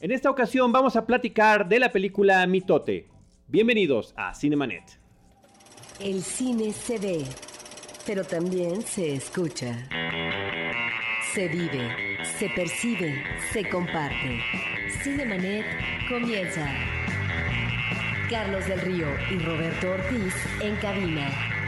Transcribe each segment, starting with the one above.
En esta ocasión vamos a platicar de la película Mitote. Bienvenidos a Cinemanet. El cine se ve, pero también se escucha. Se vive, se percibe, se comparte. Cinemanet comienza. Carlos del Río y Roberto Ortiz en cabina.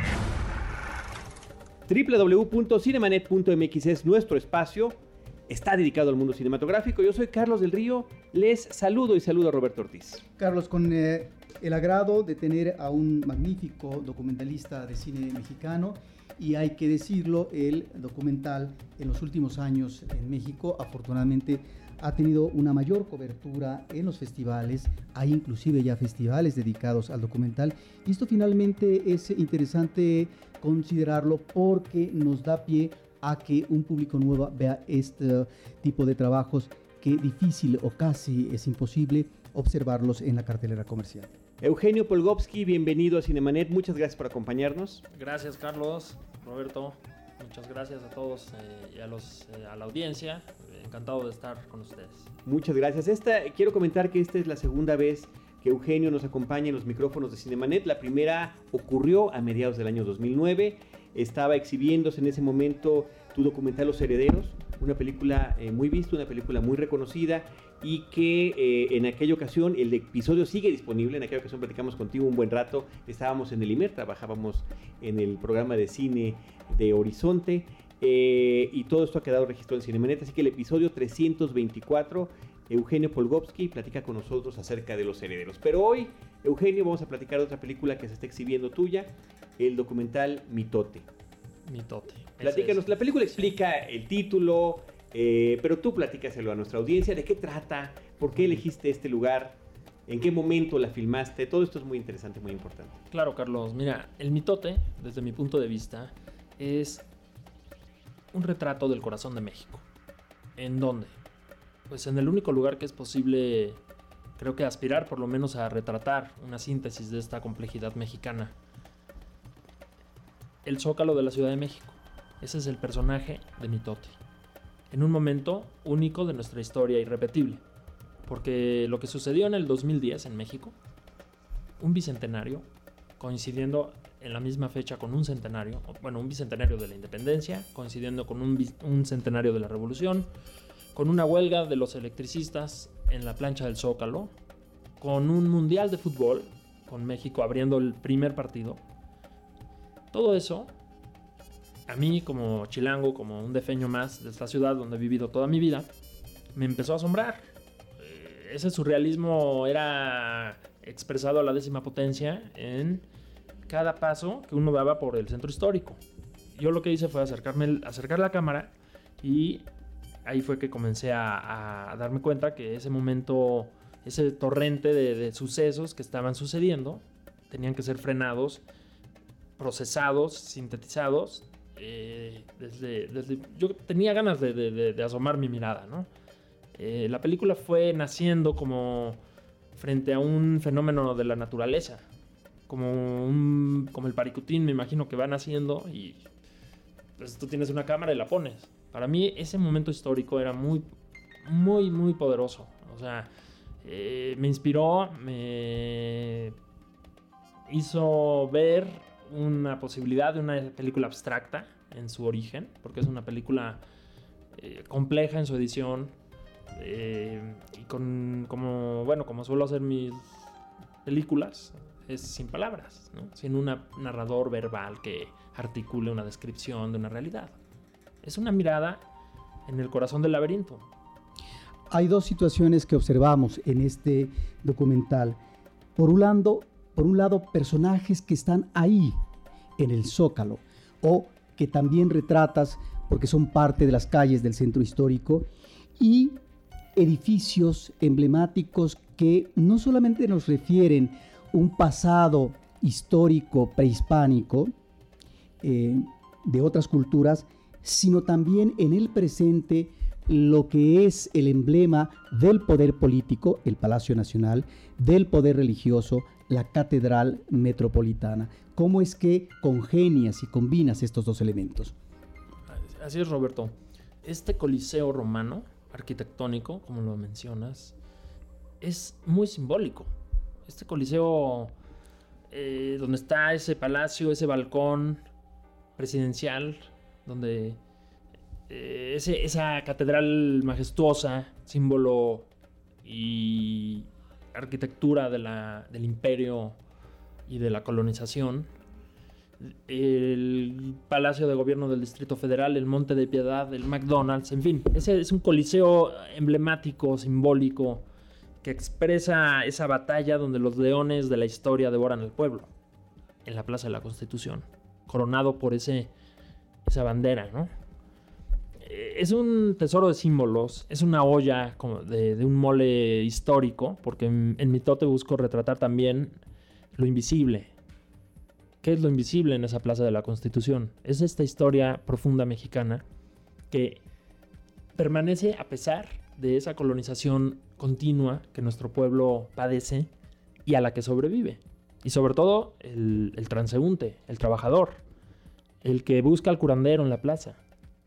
www.cinemanet.mx es nuestro espacio. Está dedicado al mundo cinematográfico. Yo soy Carlos del Río. Les saludo y saludo a Roberto Ortiz. Carlos, con el agrado de tener a un magnífico documentalista de cine mexicano, y hay que decirlo, el documental en los últimos años en México afortunadamente ha tenido una mayor cobertura en los festivales. Hay inclusive ya festivales dedicados al documental, y esto finalmente es interesante considerarlo porque nos da pie a que un público nuevo vea este tipo de trabajos que difícil o casi es imposible observarlos en la cartelera comercial. Eugenio Polgovsky, bienvenido a Cinemanet. Muchas gracias por acompañarnos. Gracias, Carlos, Roberto. Muchas gracias a todos y a la audiencia. Encantado de estar con ustedes. Muchas gracias. Quiero comentar que esta es la segunda vez que Eugenio nos acompaña en los micrófonos de Cinemanet. La primera ocurrió a mediados del año 2009. Estaba exhibiéndose en ese momento tu documental Los Herederos, una película muy vista, una película muy reconocida, y que en aquella ocasión el episodio sigue disponible. En aquella ocasión platicamos contigo un buen rato. Estábamos en el IMER, trabajábamos en el programa de cine de Horizonte, y todo esto ha quedado registrado en Cinemanet. Así que el episodio 324, Eugenio Polgovsky platica con nosotros acerca de Los Herederos. Pero hoy, Eugenio, vamos a platicar de otra película que se está exhibiendo tuya, el documental Mitote. Mitote. Platícanos, la película explica el título, pero tú platícaselo a nuestra audiencia. ¿De qué trata? ¿Por qué elegiste este lugar? ¿En qué momento la filmaste? Todo esto es muy interesante, muy importante. Claro, Carlos. Mira, el Mitote, desde mi punto de vista, es un retrato del corazón de México. ¿En dónde? Pues en el único lugar que es posible, creo que aspirar por lo menos a retratar una síntesis de esta complejidad mexicana. El Zócalo de la Ciudad de México. Ese es el personaje de Mitote. En un momento único de nuestra historia, irrepetible. Porque lo que sucedió en el 2010 en México, un bicentenario, coincidiendo en la misma fecha con un centenario, bueno, un bicentenario de la independencia, coincidiendo con un centenario de la revolución, con una huelga de los electricistas en la plancha del Zócalo, con un mundial de fútbol, con México abriendo el primer partido. Todo eso, a mí como chilango, como un defeño más de esta ciudad donde he vivido toda mi vida, me empezó a asombrar. Ese surrealismo era expresado a la 10ª potencia en cada paso que uno daba por el centro histórico. Yo lo que hice fue acercar la cámara, y ahí fue que comencé a darme cuenta que ese momento, ese torrente de sucesos que estaban sucediendo, tenían que ser frenados, procesados, sintetizados. Yo tenía ganas de asomar mi mirada, ¿no? La película fue naciendo como frente a un fenómeno de la naturaleza, como el Paricutín, me imagino que va naciendo, y pues tú tienes una cámara y la pones. Para mí ese momento histórico era muy, muy, muy poderoso. O sea, me inspiró, me hizo ver una posibilidad de una película abstracta en su origen, porque es una película compleja en su edición, y como suelo hacer mis películas, es sin palabras, ¿no? Sin un narrador verbal que articule una descripción de una realidad. Es una mirada en el corazón del laberinto. Hay dos situaciones que observamos en este documental. Por un lado, personajes que están ahí, en el Zócalo, o que también retratas porque son parte de las calles del centro histórico, y edificios emblemáticos que no solamente nos refieren un pasado histórico prehispánico de otras culturas, sino también en el presente lo que es el emblema del poder político, el Palacio Nacional, del poder religioso, la Catedral Metropolitana. ¿Cómo es que congenias y combinas estos dos elementos? Así es, Roberto. Este coliseo romano, arquitectónico, como lo mencionas, es muy simbólico. Este coliseo, donde está ese palacio, ese balcón presidencial, donde esa catedral majestuosa, símbolo y arquitectura del imperio y de la colonización, el Palacio de Gobierno del Distrito Federal, el Monte de Piedad, el McDonald's, en fin, ese es un coliseo emblemático, simbólico, que expresa esa batalla donde los leones de la historia devoran al pueblo, en la Plaza de la Constitución, coronado por esa bandera, ¿no? Es un tesoro de símbolos, es una olla como de un mole histórico, porque en Mitote busco retratar también lo invisible. ¿Qué es lo invisible en esa Plaza de la Constitución? Es esta historia profunda mexicana que permanece a pesar de esa colonización continua que nuestro pueblo padece y a la que sobrevive. Y sobre todo el transeúnte, el trabajador, el que busca al curandero en la plaza.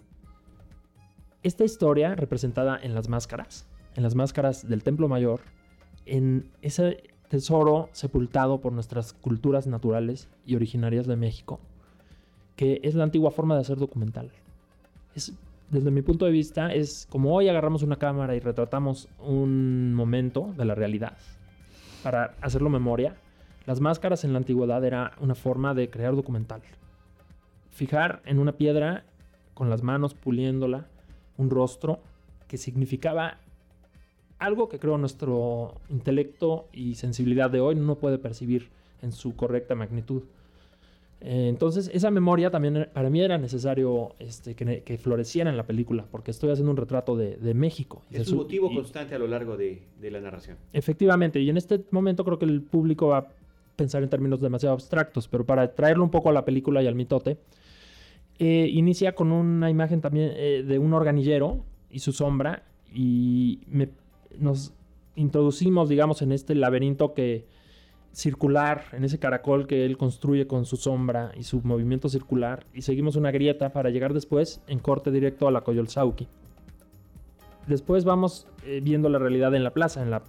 Esta historia representada en las máscaras del Templo Mayor, en ese tesoro sepultado por nuestras culturas naturales y originarias de México, que es la antigua forma de hacer documental. Desde mi punto de vista, es como hoy agarramos una cámara y retratamos un momento de la realidad para hacerlo memoria. Las máscaras en la antigüedad era una forma de crear documental. Fijar en una piedra con las manos puliéndola un rostro que significaba algo que creo nuestro intelecto y sensibilidad de hoy no puede percibir en su correcta magnitud. Entonces, esa memoria también para mí era necesario que floreciera en la película, porque estoy haciendo un retrato de México. Es un motivo constante a lo largo de la narración. Efectivamente, y en este momento creo que el público va a pensar en términos demasiado abstractos, pero para traerlo un poco a la película y al mitote, inicia con una imagen también de un organillero y su sombra, y nos introducimos, digamos, en este laberinto circular, en ese caracol que él construye con su sombra y su movimiento circular, y seguimos una grieta para llegar después en corte directo a la Coyolxauhqui. Después vamos viendo la realidad en la plaza, en la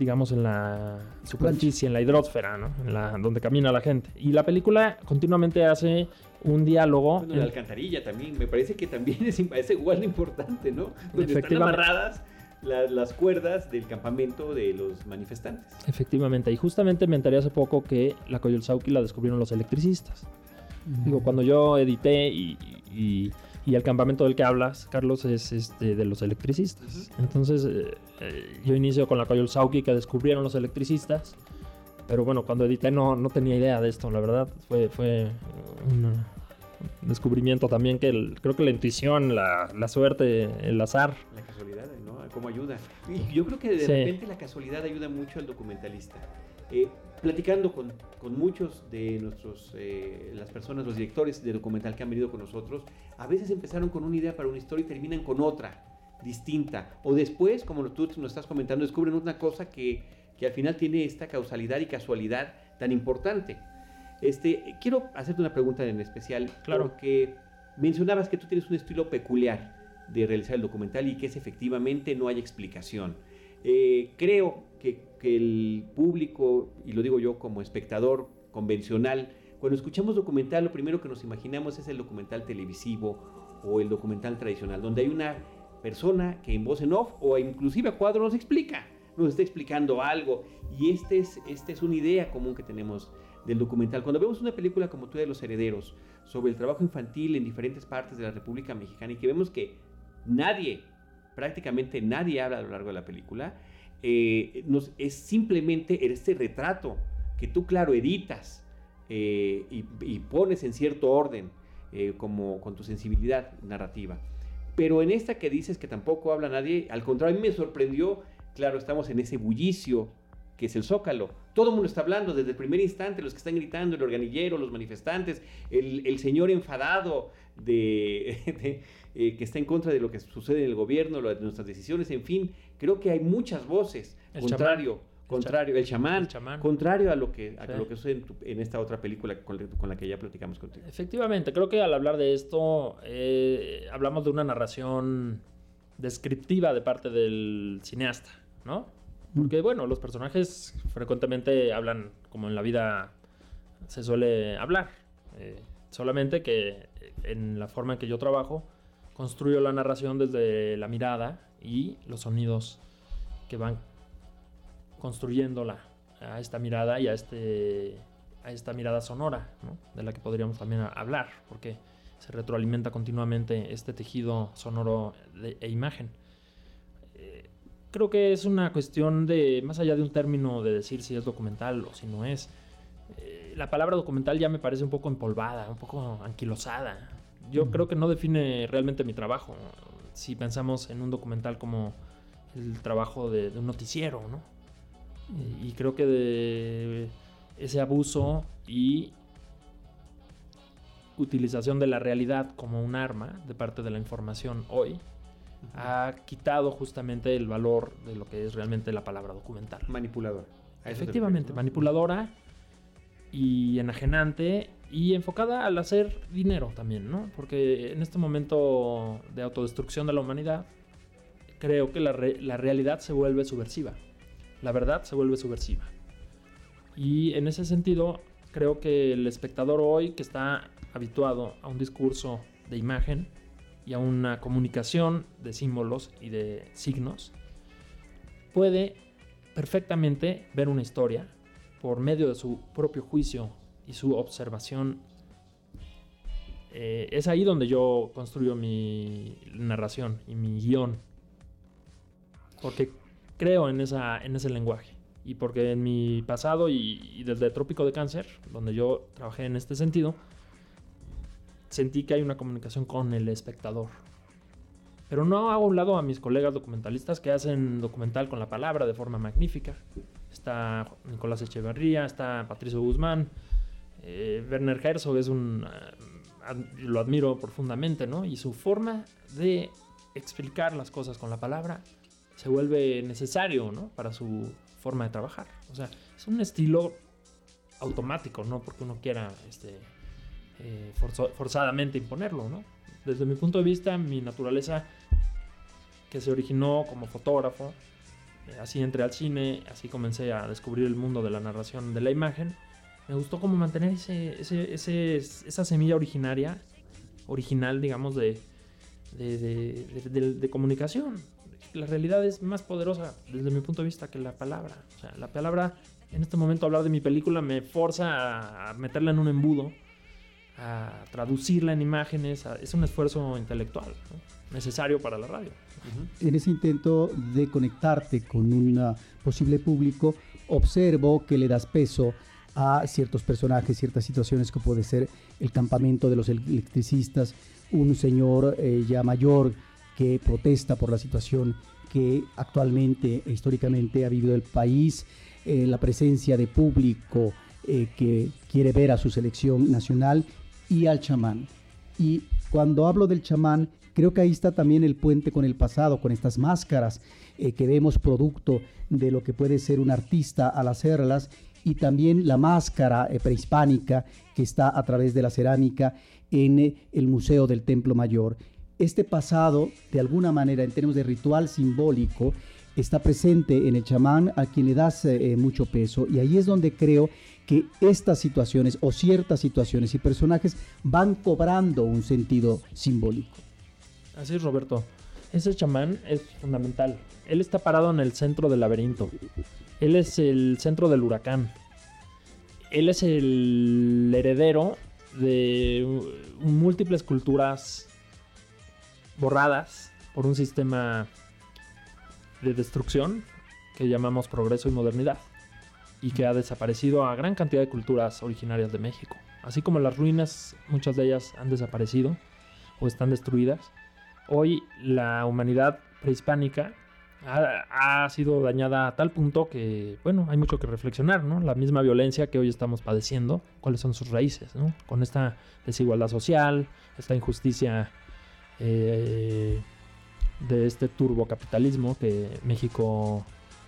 superficie, en la hidrósfera, ¿no? Donde camina la gente. Y la película continuamente hace un diálogo. Bueno, la alcantarilla también, me parece que también es igual de importante, ¿no? Donde están amarradas las cuerdas del campamento de los manifestantes. Efectivamente, y justamente me enteré hace poco que la Coyolxauhqui la descubrieron los electricistas. Digo, cuando yo edité y el campamento del que hablas, Carlos, es de los electricistas. Entonces, yo inicio con la Coyolxauhqui que descubrieron los electricistas, pero bueno, cuando edité no tenía idea de esto, la verdad. Fue un descubrimiento también que creo que la intuición, la suerte, el azar. La casualidad, ¿no? ¿Cómo ayuda? Y yo creo que de repente la casualidad ayuda mucho al documentalista. Platicando con muchos de las personas, los directores de documental que han venido con nosotros, a veces empezaron con una idea para una historia y terminan con otra, distinta. O después, como tú nos estás comentando, descubren una cosa que al final tiene esta causalidad y casualidad tan importante. Quiero hacerte una pregunta en especial, claro, porque mencionabas que tú tienes un estilo peculiar de realizar el documental y que efectivamente no hay explicación. Creo que el público, y lo digo yo como espectador convencional, cuando escuchamos documental, lo primero que nos imaginamos es el documental televisivo o el documental tradicional, donde hay una persona que en voz en off o inclusive a cuadro nos está explicando algo, y esta es una idea común que tenemos del documental. Cuando vemos una película como Tú de los Herederos, sobre el trabajo infantil en diferentes partes de la República Mexicana, y que vemos que prácticamente nadie habla a lo largo de la película, es simplemente este retrato que tú, claro, editas y pones en cierto orden, como con tu sensibilidad narrativa. Pero en esta que dices que tampoco habla nadie, al contrario, a mí me sorprendió. Claro, estamos en ese bullicio que es el Zócalo. Todo el mundo está hablando desde el primer instante, los que están gritando, el organillero, los manifestantes, el señor enfadado que está en contra de lo que sucede en el gobierno, de nuestras decisiones, en fin. Creo que hay muchas voces, el chamán, contrario a lo que sucede en esta otra película con la que ya platicamos contigo. Efectivamente, creo que al hablar de esto, hablamos de una narración descriptiva de parte del cineasta, ¿no? Porque, bueno, los personajes frecuentemente hablan como en la vida se suele hablar. Solamente que en la forma en que yo trabajo, construyo la narración desde la mirada y los sonidos que van construyéndola a esta mirada y a esta mirada sonora, ¿no? De la que podríamos también hablar, porque se retroalimenta continuamente este tejido sonoro e imagen. Creo que es una cuestión de, más allá de un término de decir si es documental o si no es, la palabra documental ya me parece un poco empolvada, un poco anquilosada. Yo creo que no define realmente mi trabajo. Si pensamos en un documental como el trabajo de un noticiero, ¿no? Y creo que de ese abuso y utilización de la realidad como un arma de parte de la información hoy ha quitado justamente el valor de lo que es realmente la palabra documental. Manipuladora. Efectivamente, manipuladora y enajenante y enfocada al hacer dinero también, ¿no? Porque en este momento de autodestrucción de la humanidad, creo que la realidad se vuelve subversiva. La verdad se vuelve subversiva. Y en ese sentido, creo que el espectador hoy, que está habituado a un discurso de imagen y a una comunicación de símbolos y de signos, puede perfectamente ver una historia por medio de su propio juicio y su observación. Es ahí donde yo construyo mi narración y mi guión, porque creo en ese lenguaje y porque en mi pasado y desde Trópico de Cáncer, donde yo trabajé en este sentido, sentí que hay una comunicación con el espectador. Pero no hago a un lado a mis colegas documentalistas que hacen documental con la palabra de forma magnífica. Está Nicolás Echeverría, está Patricio Guzmán, Werner Herzog lo admiro profundamente, ¿no? Y su forma de explicar las cosas con la palabra se vuelve necesario, ¿no? Para su forma de trabajar. O sea, es un estilo automático, no porque uno quiera forzadamente imponerlo, ¿no? Desde mi punto de vista, mi naturaleza, que se originó como fotógrafo, así entré al cine, así comencé a descubrir el mundo de la narración de la imagen. Me gustó como mantener esa semilla original, digamos, de comunicación. La realidad es más poderosa desde mi punto de vista que la palabra. O sea, la palabra, en este momento hablar de mi película me forza a meterla en un embudo, a traducirla en imágenes. Es un esfuerzo intelectual, ¿no? Necesario para la radio. En ese intento de conectarte con un posible público, observo que le das peso a ciertos personajes, ciertas situaciones, que puede ser el campamento de los electricistas, un señor ya mayor que protesta por la situación que actualmente e históricamente ha vivido el país, la presencia de público que quiere ver a su selección nacional, y al chamán. Y cuando hablo del chamán, creo que ahí está también el puente con el pasado, con estas máscaras que vemos producto de lo que puede ser un artista al hacerlas, y también la máscara prehispánica que está a través de la cerámica en el Museo del Templo Mayor. Este pasado, de alguna manera, en términos de ritual simbólico, está presente en el chamán, a quien le das mucho peso, y ahí es donde creo que estas situaciones o ciertas situaciones y personajes van cobrando un sentido simbólico. Así es, Roberto. Ese chamán es fundamental. Él está parado en el centro del laberinto. Él es el centro del huracán. Él es el heredero de múltiples culturas borradas por un sistema de destrucción que llamamos progreso y modernidad, y que ha desaparecido a gran cantidad de culturas originarias de México. Así como las ruinas, muchas de ellas han desaparecido o están destruidas. Hoy la humanidad prehispánica ha sido dañada a tal punto que, bueno, hay mucho que reflexionar, ¿no? La misma violencia que hoy estamos padeciendo, cuáles son sus raíces, ¿no? Con esta desigualdad social, esta injusticia de este turbocapitalismo que México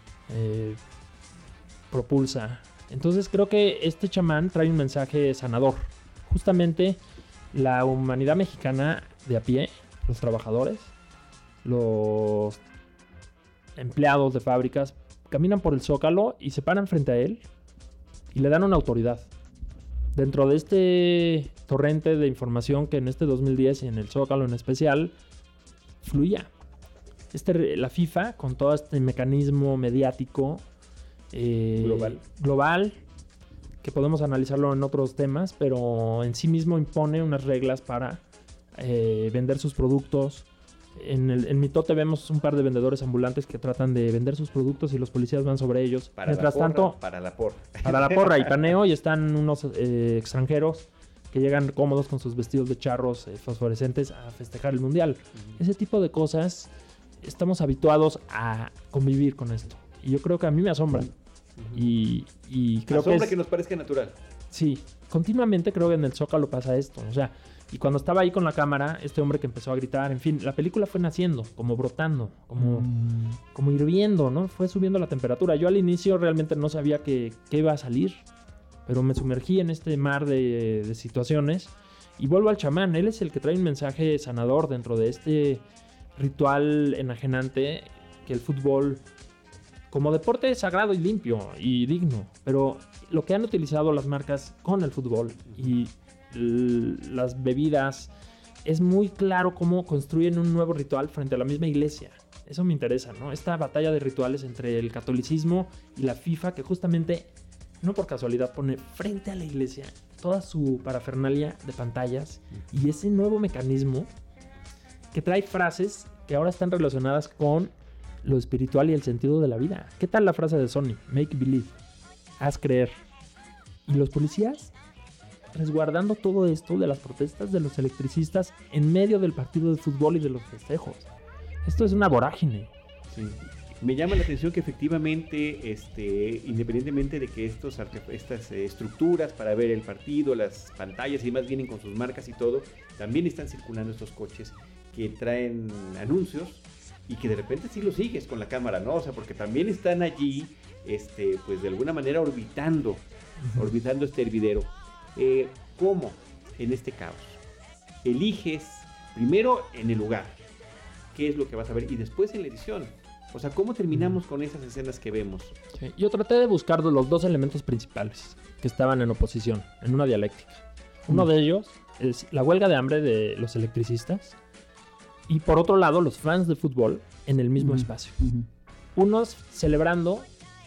propulsa. Entonces creo que este chamán trae un mensaje sanador. Justamente la humanidad mexicana de a pie, los trabajadores, los empleados de fábricas, caminan por el Zócalo y se paran frente a él y le dan una autoridad. Dentro de este torrente de información que en este 2010 y en el Zócalo en especial fluía. La FIFA, con todo este mecanismo mediático global, que podemos analizarlo en otros temas, pero en sí mismo impone unas reglas para vender sus productos. En Mitote vemos un par de vendedores ambulantes que tratan de vender sus productos y los policías van sobre ellos. Mientras tanto, para la porra. Para la porra y paneo, y están unos extranjeros que llegan cómodos con sus vestidos de charros fosforescentes a festejar el mundial. Ese tipo de cosas, estamos habituados a convivir con esto. Y yo creo que a mí me asombra. Y creo asombra que nos parezca natural. Sí, continuamente creo que en el Zócalo pasa esto. O sea, y cuando estaba ahí con la cámara, este hombre que empezó a gritar, en fin, la película fue naciendo, como brotando, como hirviendo, ¿no? Fue subiendo la temperatura. Yo al inicio realmente no sabía qué iba a salir, pero me sumergí en este mar de situaciones. Y vuelvo al chamán, él es el que trae un mensaje sanador dentro de este ritual enajenante que el fútbol, como deporte, sagrado y limpio y digno, pero lo que han utilizado las marcas con el fútbol y las bebidas, es muy claro cómo construyen un nuevo ritual frente a la misma iglesia. Eso me interesa, ¿no? Esta batalla de rituales entre el catolicismo y la FIFA, que justamente, no por casualidad, pone frente a la iglesia toda su parafernalia de pantallas y ese nuevo mecanismo que trae frases que ahora están relacionadas con lo espiritual y el sentido de la vida. ¿Qué tal la frase de Sony? Make believe. Haz creer. Y los policías resguardando todo esto de las protestas de los electricistas en medio del partido de fútbol y de los festejos. Esto es una vorágine. Sí. Me llama la atención que efectivamente, independientemente de que estas estructuras para ver el partido, las pantallas y demás vienen con sus marcas y todo, también están circulando estos coches que traen anuncios y que de repente sí los sigues con la cámara, ¿no? O sea, porque también están allí, pues de alguna manera orbitando este hervidero. ¿Cómo en este caos? Eliges primero en el lugar qué es lo que vas a ver y después en la edición. O sea, ¿cómo terminamos con esas escenas que vemos? Sí. Yo traté de buscar los dos elementos principales que estaban en oposición, en una dialéctica. Uno de ellos es la huelga de hambre de los electricistas y por otro lado los fans de fútbol en el mismo espacio. Unos celebrando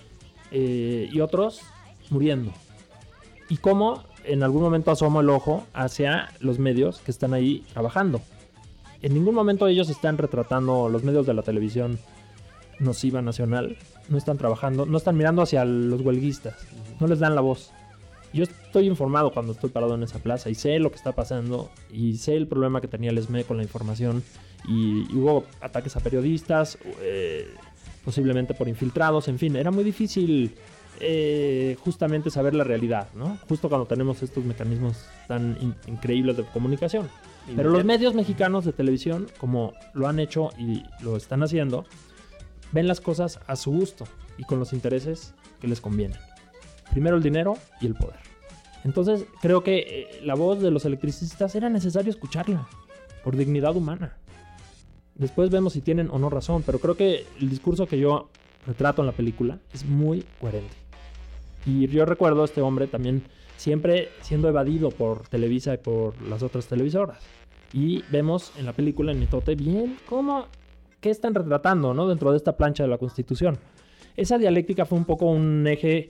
y otros muriendo. Y cómo en algún momento asomo el ojo hacia los medios que están ahí trabajando. En ningún momento ellos están retratando, los medios de la televisión nociva nacional, no están trabajando, no están mirando hacia los huelguistas, no les dan la voz. Yo estoy informado cuando estoy parado en esa plaza y sé lo que está pasando y sé el problema que tenía el SME con la información y hubo ataques a periodistas, posiblemente por infiltrados, en fin, era muy difícil justamente saber la realidad, ¿no? Justo cuando tenemos estos mecanismos tan increíbles de comunicación. Pero los medios mexicanos de televisión, como lo han hecho y lo están haciendo, ven las cosas a su gusto y con los intereses que les convienen. Primero el dinero y el poder. Entonces creo que la voz de los electricistas era necesario escucharla por dignidad humana. Después vemos si tienen o no razón, pero creo que el discurso que yo retrato en la película es muy coherente. Y yo recuerdo a este hombre también siempre siendo evadido por Televisa y por las otras televisoras. Y vemos en la película, en Mitote, bien qué están retratando, ¿no? Dentro de esta plancha de la Constitución. Esa dialéctica fue un poco un eje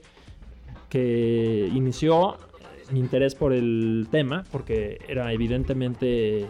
que inició mi interés por el tema, porque era evidentemente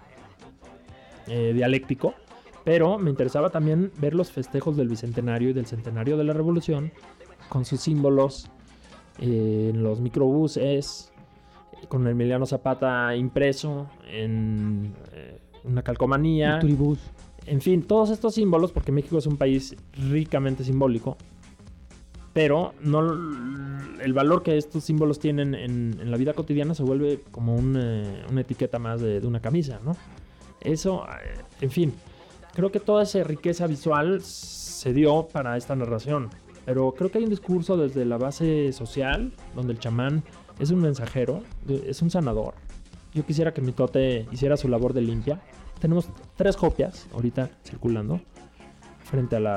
dialéctico, pero me interesaba también ver los festejos del Bicentenario y del Centenario de la Revolución con sus símbolos en los microbuses, con Emiliano Zapata impreso en una calcomanía. El turibús. En fin, todos estos símbolos, porque México es un país ricamente simbólico, pero no el valor que estos símbolos tienen en la vida cotidiana se vuelve como una etiqueta más de una camisa, ¿no? Eso, en fin, creo que toda esa riqueza visual se dio para esta narración, pero creo que hay un discurso desde la base social, donde el chamán es un mensajero, es un sanador. Yo quisiera que Mitote hiciera su labor de limpia. Tenemos 3 copias ahorita circulando frente a las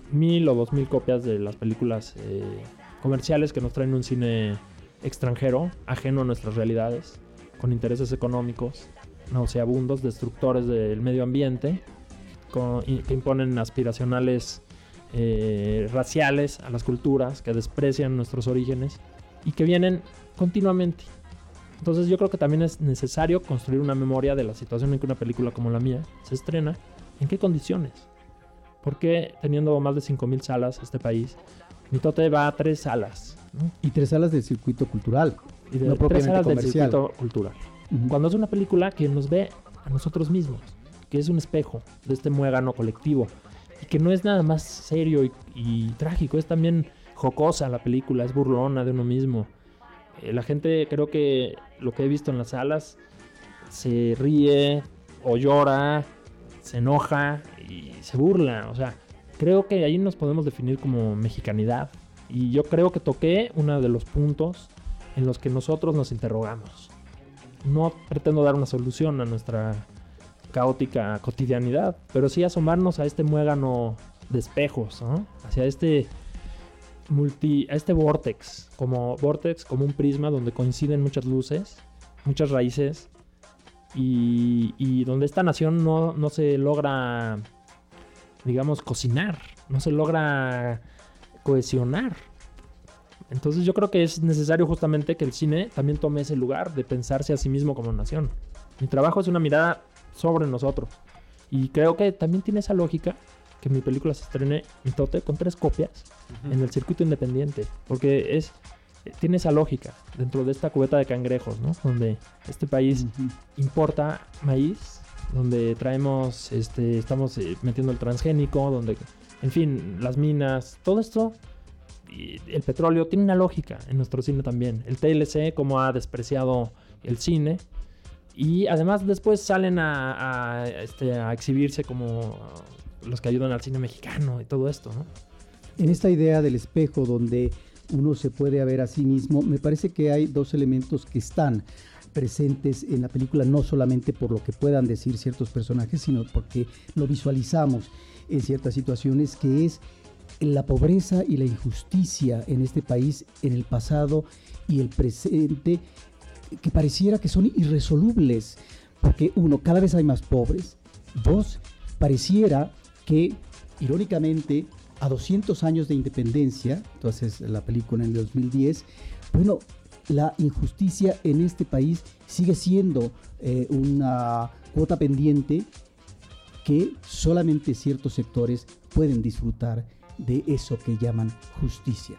1,000 o 2,000 copias de las películas comerciales que nos traen un cine extranjero, ajeno a nuestras realidades, con intereses económicos, nauseabundos, destructores del medio ambiente, que imponen aspiracionales raciales a las culturas, que desprecian nuestros orígenes y que vienen continuamente. Entonces yo creo que también es necesario construir una memoria de la situación en que una película como la mía se estrena, en qué condiciones. Porque teniendo más de 5,000 salas este país, Mitote va a 3 salas, ¿no? Y 3 salas del circuito cultural, Y de no 3 propiamente salas del comercial. circuito cultural. Ujú. Cuando es una película que nos ve a nosotros mismos, que es un espejo de este muégano colectivo, y que no es nada más serio y trágico, es también jocosa la película, es burlona de uno mismo. La gente, creo que lo que he visto en las salas, se ríe o llora, se enoja y se burla. O sea, creo que ahí nos podemos definir como mexicanidad. Y yo creo que toqué uno de los puntos en los que nosotros nos interrogamos. No pretendo dar una solución a nuestra caótica cotidianidad, pero sí asomarnos a este muégano de espejos, ¿no? Hacia este a este vortex como un prisma donde coinciden muchas luces, muchas raíces, y donde esta nación no se logra, digamos, cocinar, no se logra cohesionar. Entonces yo creo que es necesario justamente que el cine también tome ese lugar de pensarse a sí mismo como nación. Mi trabajo es una mirada sobre nosotros, y creo que también tiene esa lógica que mi película se estrene Mitote con 3 copias en el circuito independiente, porque tiene esa lógica dentro de esta cubeta de cangrejos, ¿no? Donde este país importa maíz, donde traemos, estamos metiendo el transgénico, donde, en fin, las minas, todo esto, y el petróleo tiene una lógica en nuestro cine también. El TLC, como ha despreciado el cine, y además después salen a exhibirse como los que ayudan al cine mexicano y todo esto, ¿no? En esta idea del espejo donde uno se puede ver a sí mismo, me parece que hay 2 elementos que están presentes en la película, no solamente por lo que puedan decir ciertos personajes, sino porque lo visualizamos en ciertas situaciones, que es la pobreza y la injusticia en este país, en el pasado y el presente, que pareciera que son irresolubles, porque 1, cada vez hay más pobres; 2, pareciera que, irónicamente, a 200 años de independencia, entonces la película en el 2010, bueno, la injusticia en este país sigue siendo una cuota pendiente que solamente ciertos sectores pueden disfrutar de eso que llaman justicia.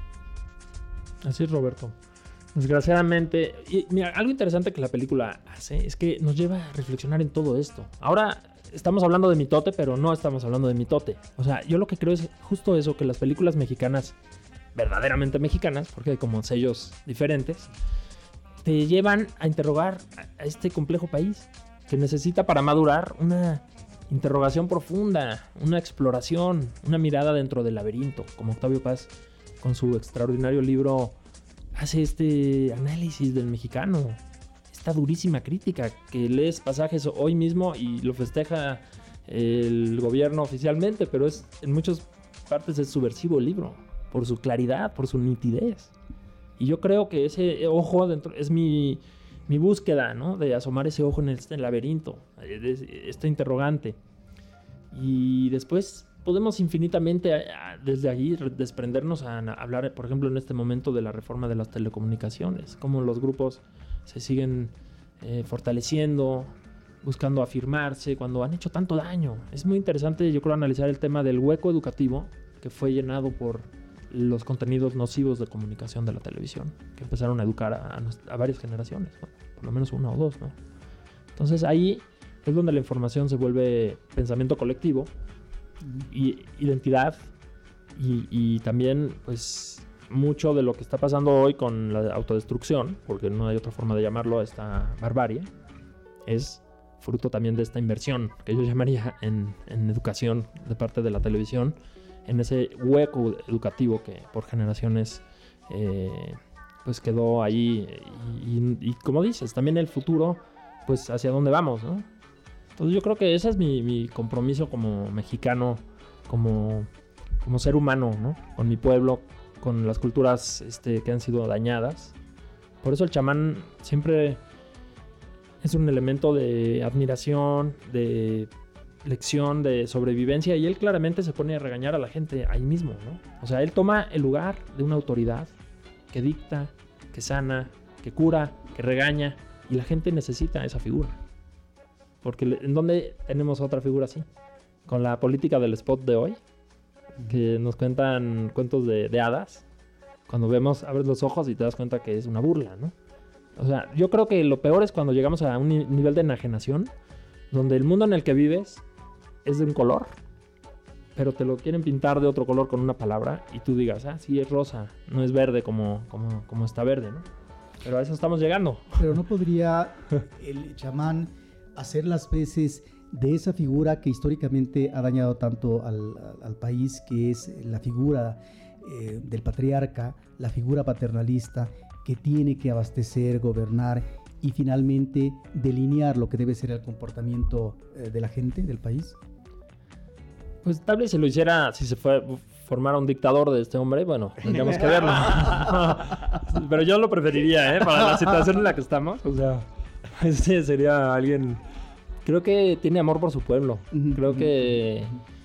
Así es, Roberto. Desgraciadamente, y mira, algo interesante que la película hace es que nos lleva a reflexionar en todo esto. Ahora estamos hablando de Mitote, pero no estamos hablando de Mitote. O sea, yo lo que creo es justo eso, que las películas mexicanas, verdaderamente mexicanas, porque hay como sellos diferentes, te llevan a interrogar a este complejo país, que necesita para madurar una interrogación profunda, una exploración, una mirada dentro del laberinto, como Octavio Paz con su extraordinario libro hace este análisis del mexicano, esta durísima crítica que lees pasajes hoy mismo y lo festeja el gobierno oficialmente, pero en muchas partes es subversivo el libro, por su claridad, por su nitidez. Y yo creo que ese ojo dentro es mi búsqueda, ¿no? De asomar ese ojo en este laberinto, este interrogante. Y después podemos infinitamente desde allí desprendernos a hablar, por ejemplo, en este momento de la reforma de las telecomunicaciones, cómo los grupos se siguen fortaleciendo, buscando afirmarse cuando han hecho tanto daño. Es muy interesante, yo creo, analizar el tema del hueco educativo que fue llenado por los contenidos nocivos de comunicación de la televisión, que empezaron a educar a varias generaciones, ¿no? Por lo menos 1 o 2, ¿no? Entonces ahí es donde la información se vuelve pensamiento colectivo y identidad, y también pues mucho de lo que está pasando hoy con la autodestrucción, porque no hay otra forma de llamarlo, esta barbarie, es fruto también de esta inversión que yo llamaría en educación de parte de la televisión, en ese hueco educativo que por generaciones pues quedó ahí, y como dices, también el futuro, pues hacia dónde vamos, ¿no? Entonces yo creo que ese es mi compromiso como mexicano, como como ser humano, ¿no? Con mi pueblo, con las culturas que han sido dañadas. Por eso el chamán siempre es un elemento de admiración, de lección, de sobrevivencia, y él claramente se pone a regañar a la gente ahí mismo, ¿no? O sea, él toma el lugar de una autoridad que dicta, que sana, que cura, que regaña, y la gente necesita esa figura. Porque ¿en dónde tenemos otra figura así? Con la política del spot de hoy, que nos cuentan cuentos de hadas. Cuando abres los ojos y te das cuenta que es una burla, ¿no? O sea, yo creo que lo peor es cuando llegamos a un nivel de enajenación, donde el mundo en el que vives es de un color, pero te lo quieren pintar de otro color con una palabra, y tú digas, sí, es rosa, no es verde como está verde, ¿no? Pero a eso estamos llegando. Pero no podría el chamán hacer las veces de esa figura que históricamente ha dañado tanto al país, que es la figura del patriarca, la figura paternalista, que tiene que abastecer, gobernar y finalmente delinear lo que debe ser el comportamiento de la gente del país. Pues tal vez si lo hiciera, si se formara un dictador de este hombre, bueno, tendríamos que verlo. Pero yo lo preferiría, para la situación en la que estamos. O sea, sería alguien, creo que tiene amor por su pueblo. Creo que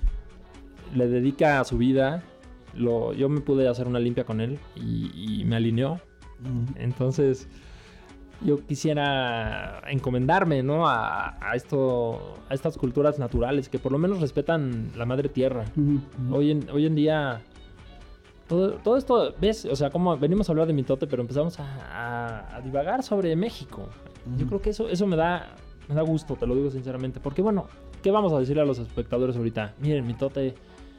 le dedica su vida. Yo me pude hacer una limpia con él y me alineó. Entonces, yo quisiera encomendarme, ¿no? a estas culturas naturales que por lo menos respetan la madre tierra. Hoy en día, todo esto, ¿ves? O sea, como venimos a hablar de mitote, pero empezamos a divagar sobre México. Yo creo que eso me da gusto, te lo digo sinceramente. Porque bueno, ¿qué vamos a decirle a los espectadores ahorita? Miren, mitote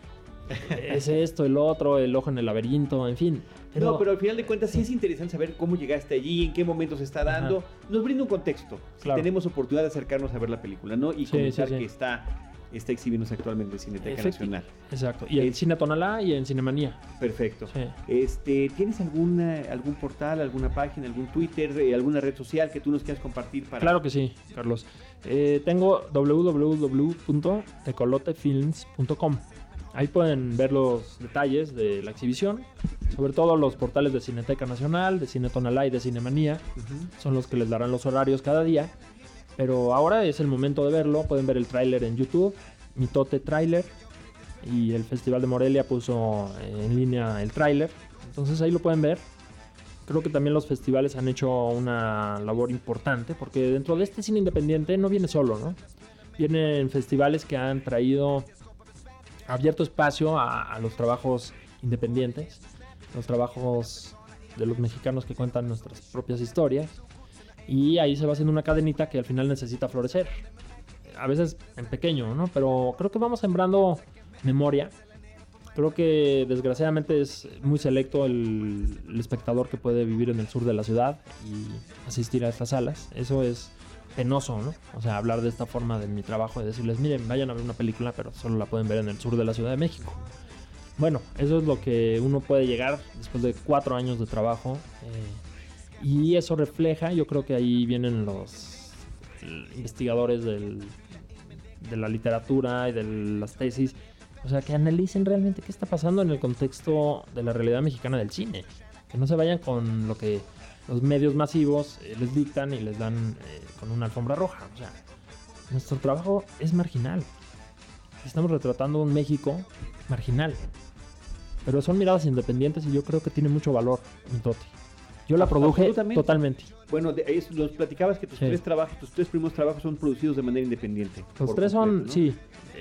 es esto, el otro, el ojo en el laberinto, en fin. No, pero al final de cuentas sí es interesante saber cómo llegaste allí, en qué momento se está dando. Ajá. Nos brinda un contexto. Claro. Si tenemos oportunidad de acercarnos a ver la película, ¿no? Y comentar que está exhibiéndose actualmente en Cineteca Nacional. Exacto. Y en Cine Tonalá y en Cinemanía. Perfecto. Sí. ¿Tienes algún portal, alguna página, algún Twitter, alguna red social que tú nos quieras compartir para...? Claro que sí, Carlos. Tengo www.tecolotefilms.com. Ahí pueden ver los detalles de la exhibición, sobre todo los portales de Cineteca Nacional, de Cine Tonalá y de Cinemanía. Son los que les darán los horarios cada día. Pero ahora es el momento de verlo. Pueden ver el tráiler en YouTube, Mitote Tráiler, y el Festival de Morelia puso en línea el tráiler. Entonces ahí lo pueden ver. Creo que también los festivales han hecho una labor importante, porque dentro de este cine independiente no viene solo, ¿no? Vienen festivales que han abierto espacio a los trabajos independientes, los trabajos de los mexicanos que cuentan nuestras propias historias, y ahí se va haciendo una cadenita que al final necesita florecer, a veces en pequeño, ¿no? Pero creo que vamos sembrando memoria. Creo que desgraciadamente es muy selecto el espectador que puede vivir en el sur de la ciudad y asistir a estas salas. Eso es penoso, ¿no? O sea, hablar de esta forma de mi trabajo, de decirles, miren, vayan a ver una película, pero solo la pueden ver en el sur de la Ciudad de México. Bueno, eso es lo que uno puede llegar después de 4 años de trabajo, y eso refleja, yo creo que ahí vienen los investigadores de la literatura y de las tesis, o sea, que analicen realmente qué está pasando en el contexto de la realidad mexicana del cine, que no se vayan con lo que los medios masivos les dictan y les dan con una alfombra roja. O sea, nuestro trabajo es marginal. Estamos retratando un México marginal. Pero son miradas independientes y yo creo que tiene mucho valor, Mitote. Yo la produje totalmente. Bueno, nos platicabas que tus tres primeros trabajos son producidos de manera independiente. Los tres son, ¿no? Sí.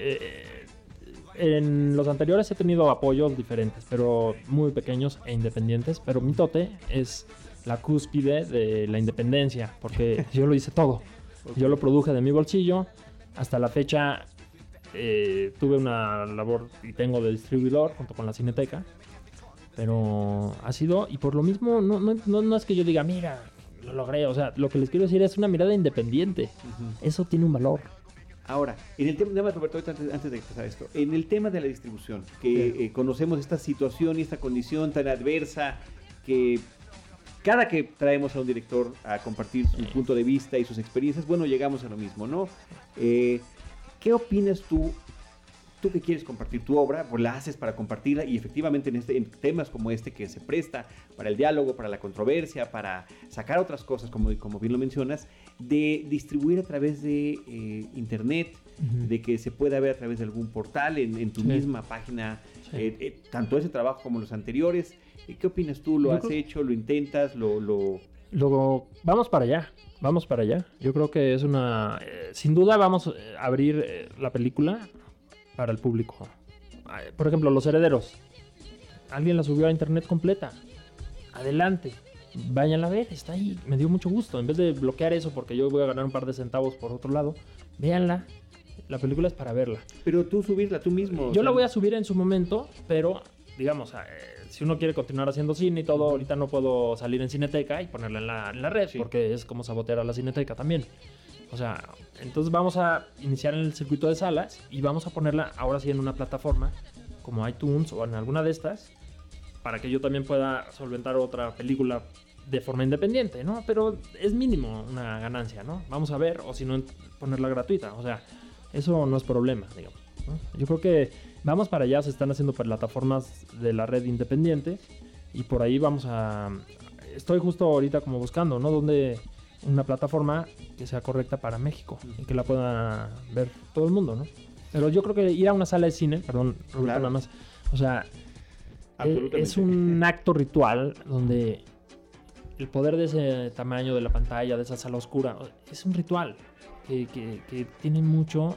En los anteriores he tenido apoyos diferentes, pero muy pequeños e independientes. Pero Mitote es la cúspide de la independencia, porque yo lo hice todo. Yo lo produje de mi bolsillo. Hasta la fecha tuve una labor y tengo de distribuidor junto con la Cineteca, pero ha sido, y por lo mismo no es que yo diga, mira, lo logré. O sea, lo que les quiero decir es una mirada independiente. Eso tiene un valor. Ahora, en el tema, Roberto, antes de empezar esto, en el tema de la distribución, que conocemos esta situación y esta condición tan adversa, que cada que traemos a un director a compartir su punto de vista y sus experiencias, bueno, llegamos a lo mismo, ¿no? ¿Qué opinas tú tú que quieres compartir tu obra, pues la haces para compartirla, y efectivamente en temas como este que se presta para el diálogo, para la controversia, para sacar otras cosas, como bien lo mencionas, de distribuir a través de internet, de que se pueda ver a través de algún portal, en tu misma página, tanto ese trabajo como los anteriores. ¿Qué opinas tú? ¿Lo has hecho? ¿Lo intentas? Luego, vamos para allá. Yo creo que es sin duda vamos a abrir la película para el público. Por ejemplo, Los Herederos. Alguien la subió a internet completa. Adelante. Váyanla a ver, está ahí. Me dio mucho gusto. En vez de bloquear eso porque yo voy a ganar un par de centavos por otro lado, véanla. La película es para verla. Pero tú subirla tú mismo. Yo la voy a subir en su momento, pero digamos, si uno quiere continuar haciendo cine y todo, ahorita no puedo salir en Cineteca y ponerla en la red, porque es como sabotear a la Cineteca también. O sea, entonces vamos a iniciar en el circuito de salas y vamos a ponerla ahora sí en una plataforma como iTunes o en alguna de estas, para que yo también pueda solventar otra película de forma independiente, ¿no? Pero es mínimo una ganancia, ¿no? Vamos a ver, o si no, ponerla gratuita. O sea, eso no es problema, digamos, ¿no? Yo creo que vamos para allá, se están haciendo plataformas de la red independiente y por ahí estoy justo ahorita como buscando, ¿no? Donde una plataforma que sea correcta para México y que la pueda ver todo el mundo, ¿no? Pero yo creo que ir a una sala de cine, perdón, Roberto, claro, nada más, o sea, es un acto ritual donde el poder de ese tamaño de la pantalla, de esa sala oscura, es un ritual que tiene mucho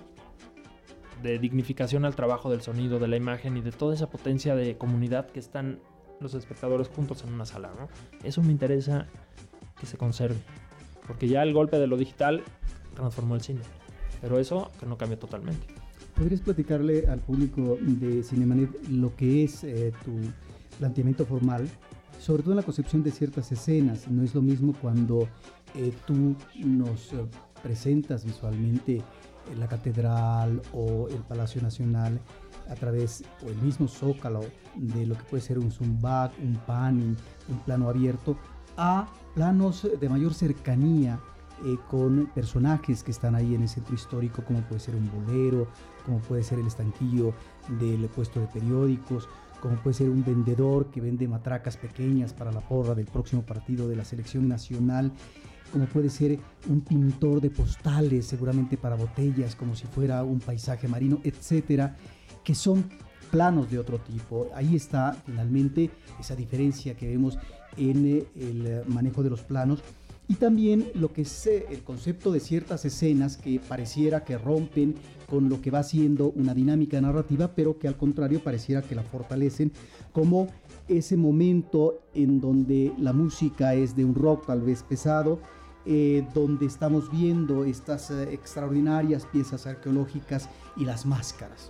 de dignificación al trabajo del sonido, de la imagen y de toda esa potencia de comunidad que están los espectadores juntos en una sala, ¿no? Eso me interesa que se conserve, porque ya el golpe de lo digital transformó el cine, pero eso que no cambia totalmente. ¿Podrías platicarle al público de Cinemanet lo que es tu planteamiento formal, sobre todo en la concepción de ciertas escenas? No es lo mismo cuando tú nos presentas visualmente la catedral o el Palacio Nacional a través, o el mismo Zócalo, de lo que puede ser un zoom back, un panning, un plano abierto, a planos de mayor cercanía con personajes que están ahí en el centro histórico, como puede ser un bolero, como puede ser el estanquillo del puesto de periódicos, como puede ser un vendedor que vende matracas pequeñas para la porra del próximo partido de la selección nacional, como puede ser un pintor de postales, seguramente para botellas, como si fuera un paisaje marino, etcétera, que son planos de otro tipo. Ahí está finalmente esa diferencia que vemos en el manejo de los planos, y también lo que es el concepto de ciertas escenas que pareciera que rompen con lo que va siendo una dinámica narrativa, pero que al contrario pareciera que la fortalecen, como ese momento en donde la música es de un rock tal vez pesado, donde estamos viendo estas extraordinarias piezas arqueológicas y las máscaras.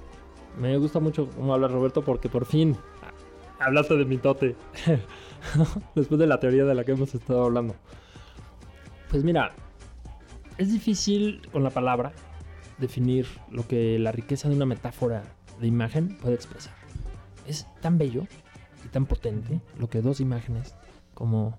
Me gusta mucho cómo habla Roberto, porque por fin hablaste de mitote después de la teoría de la que hemos estado hablando. Pues mira, es difícil con la palabra definir lo que la riqueza de una metáfora de imagen puede expresar. Es tan bello y tan potente lo que dos imágenes, como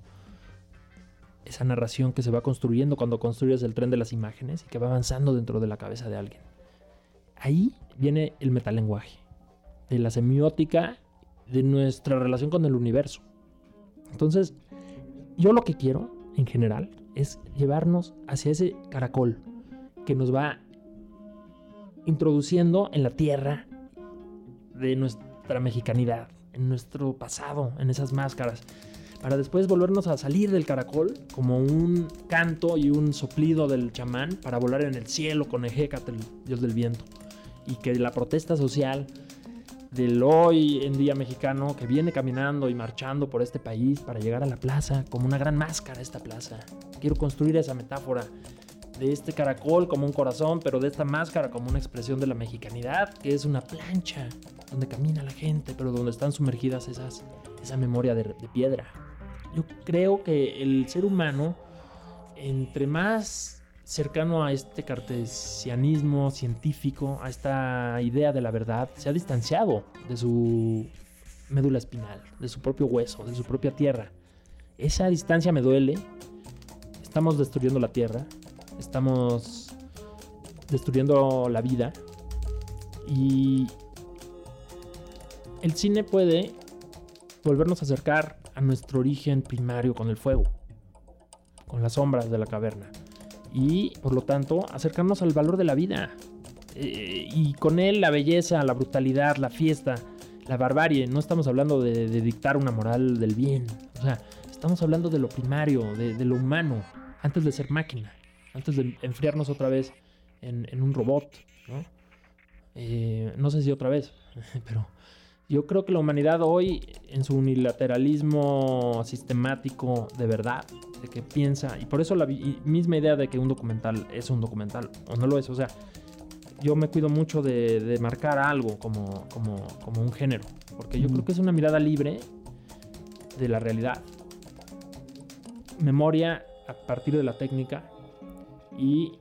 esa narración que se va construyendo cuando construyes el tren de las imágenes y que va avanzando dentro de la cabeza de alguien. Ahí viene el metalenguaje, de la semiótica, de nuestra relación con el universo. Entonces, yo lo que quiero, en general, es llevarnos hacia ese caracol que nos va introduciendo en la tierra de nuestra mexicanidad, en nuestro pasado, en esas máscaras, para después volvernos a salir del caracol como un canto y un soplido del chamán para volar en el cielo con Ejécatl, el dios del viento, y que la protesta social del hoy en día mexicano que viene caminando y marchando por este país para llegar a la plaza como una gran máscara, esta plaza. Quiero construir esa metáfora de este caracol como un corazón, pero de esta máscara como una expresión de la mexicanidad, que es una plancha donde camina la gente, pero donde están sumergidas esa memoria de piedra. Yo creo que el ser humano, entre más cercano a este cartesianismo científico, a esta idea de la verdad, se ha distanciado de su médula espinal, de su propio hueso, de su propia tierra. Esa distancia me duele. Estamos destruyendo la tierra, estamos destruyendo la vida, Y el cine puede volvernos a acercar a nuestro origen primario con el fuego, con las sombras de la caverna, y por lo tanto acercarnos al valor de la vida, y con él la belleza, la brutalidad, la fiesta, la barbarie. No estamos hablando de dictar una moral del bien, o sea, estamos hablando de lo primario, de lo humano, antes de ser máquina, antes de enfriarnos otra vez en un robot, ¿no? No sé si otra vez, pero yo creo que la humanidad hoy, en su unilateralismo sistemático de verdad, de que piensa, y por eso la misma idea de que un documental es un documental, o no lo es, o sea, yo me cuido mucho de marcar algo como un género, porque yo creo que es una mirada libre de la realidad, memoria a partir de la técnica y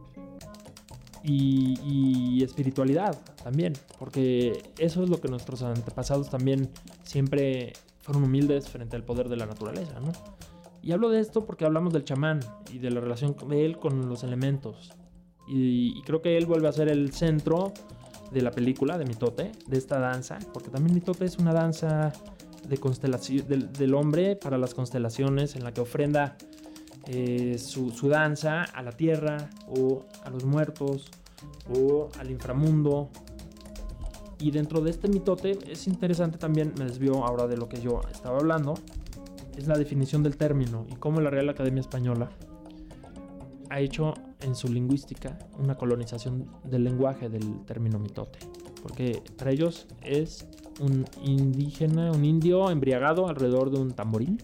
espiritualidad también, porque eso es lo que nuestros antepasados también siempre fueron humildes frente al poder de la naturaleza, ¿no? Y hablo de esto porque hablamos del chamán y de la relación de él con los elementos, y creo que él vuelve a ser el centro de la película de Mitote, de esta danza, porque también Mitote es una danza de constelación del hombre para las constelaciones, en la que ofrenda su danza a la tierra o a los muertos o al inframundo. Y dentro de este mitote es interesante también, me desvío ahora de lo que yo estaba hablando, es la definición del término y cómo la Real Academia Española ha hecho en su lingüística una colonización del lenguaje del término mitote, porque para ellos es un indígena, un indio embriagado alrededor de un tamboril.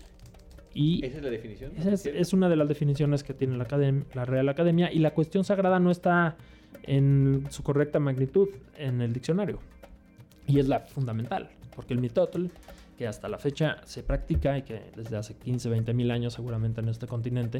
Y ¿esa es la definición? Esa es una de las definiciones que tiene la Real Academia, y la cuestión sagrada no está en su correcta magnitud en el diccionario, y es la fundamental, porque el mitotl, que hasta la fecha se practica y que desde hace 15, 20 mil años seguramente en este continente,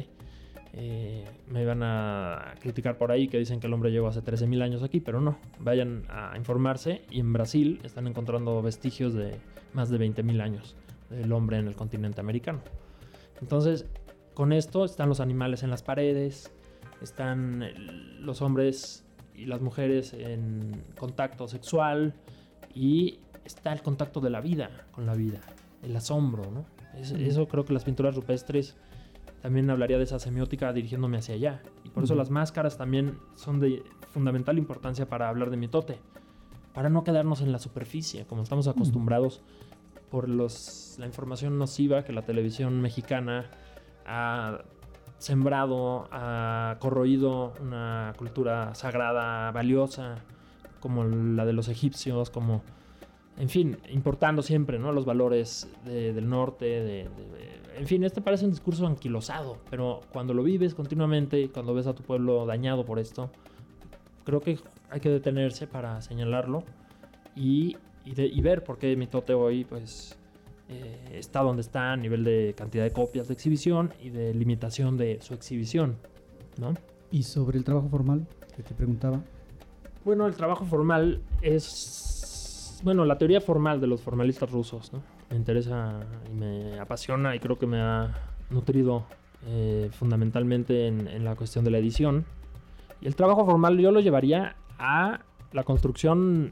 me van a criticar por ahí que dicen que el hombre llegó hace 13.000 años aquí, pero no, vayan a informarse, y en Brasil están encontrando vestigios de más de 20.000 años del hombre en el continente americano. Entonces, con esto están los animales en las paredes, están los hombres y las mujeres en contacto sexual, y está el contacto de la vida con la vida, el asombro, ¿no? Eso creo que las pinturas rupestres también hablaría de esa semiótica dirigiéndome hacia allá. Y por eso las máscaras también son de fundamental importancia para hablar de mitote, para no quedarnos en la superficie, como estamos acostumbrados por la información nociva que la televisión mexicana ha sembrado, ha corroído una cultura sagrada, valiosa, como la de los egipcios, como, en fin, importando siempre, ¿no?, los valores del norte, en fin, parece un discurso anquilosado, pero cuando lo vives continuamente, cuando ves a tu pueblo dañado por esto, creo que hay que detenerse para señalarlo y ver por qué Mitote hoy pues está donde está a nivel de cantidad de copias de exhibición y de limitación de su exhibición, ¿no? ¿Y sobre el trabajo formal que te preguntaba? Bueno, el trabajo formal es, bueno, la teoría formal de los formalistas rusos, ¿no? Me interesa y me apasiona, y creo que me ha nutrido fundamentalmente en la cuestión de la edición. Y el trabajo formal yo lo llevaría a la construcción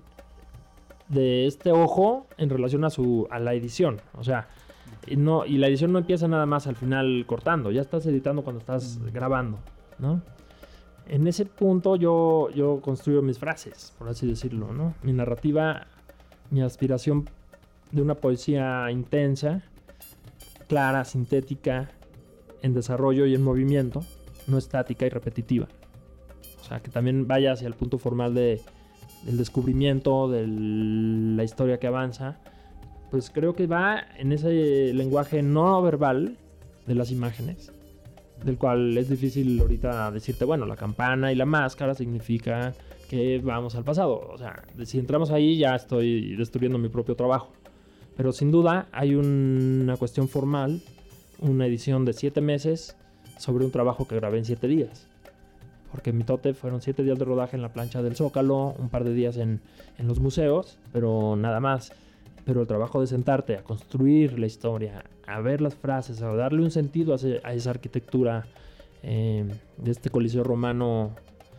de este ojo en relación a la edición. O sea, y la edición no empieza nada más al final cortando, ya estás editando cuando estás grabando, ¿no? En ese punto yo construyo mis frases, por así decirlo, ¿no? Mi narrativa, mi aspiración de una poesía intensa, clara, sintética, en desarrollo y en movimiento, no estática y repetitiva. O sea, que también vaya hacia el punto formal del descubrimiento, de la historia que avanza. Pues creo que va en ese lenguaje no verbal de las imágenes, del cual es difícil ahorita decirte, bueno, la campana y la máscara significa que vamos al pasado. O sea, si entramos ahí ya estoy destruyendo mi propio trabajo. Pero sin duda hay una cuestión formal, una edición de 7 meses sobre un trabajo que grabé en 7 días. Porque en Mitote fueron 7 días de rodaje en la plancha del Zócalo, un par de días en los museos, pero nada más. Pero el trabajo de sentarte a construir la historia, a ver las frases, a darle un sentido a esa arquitectura de este Coliseo romano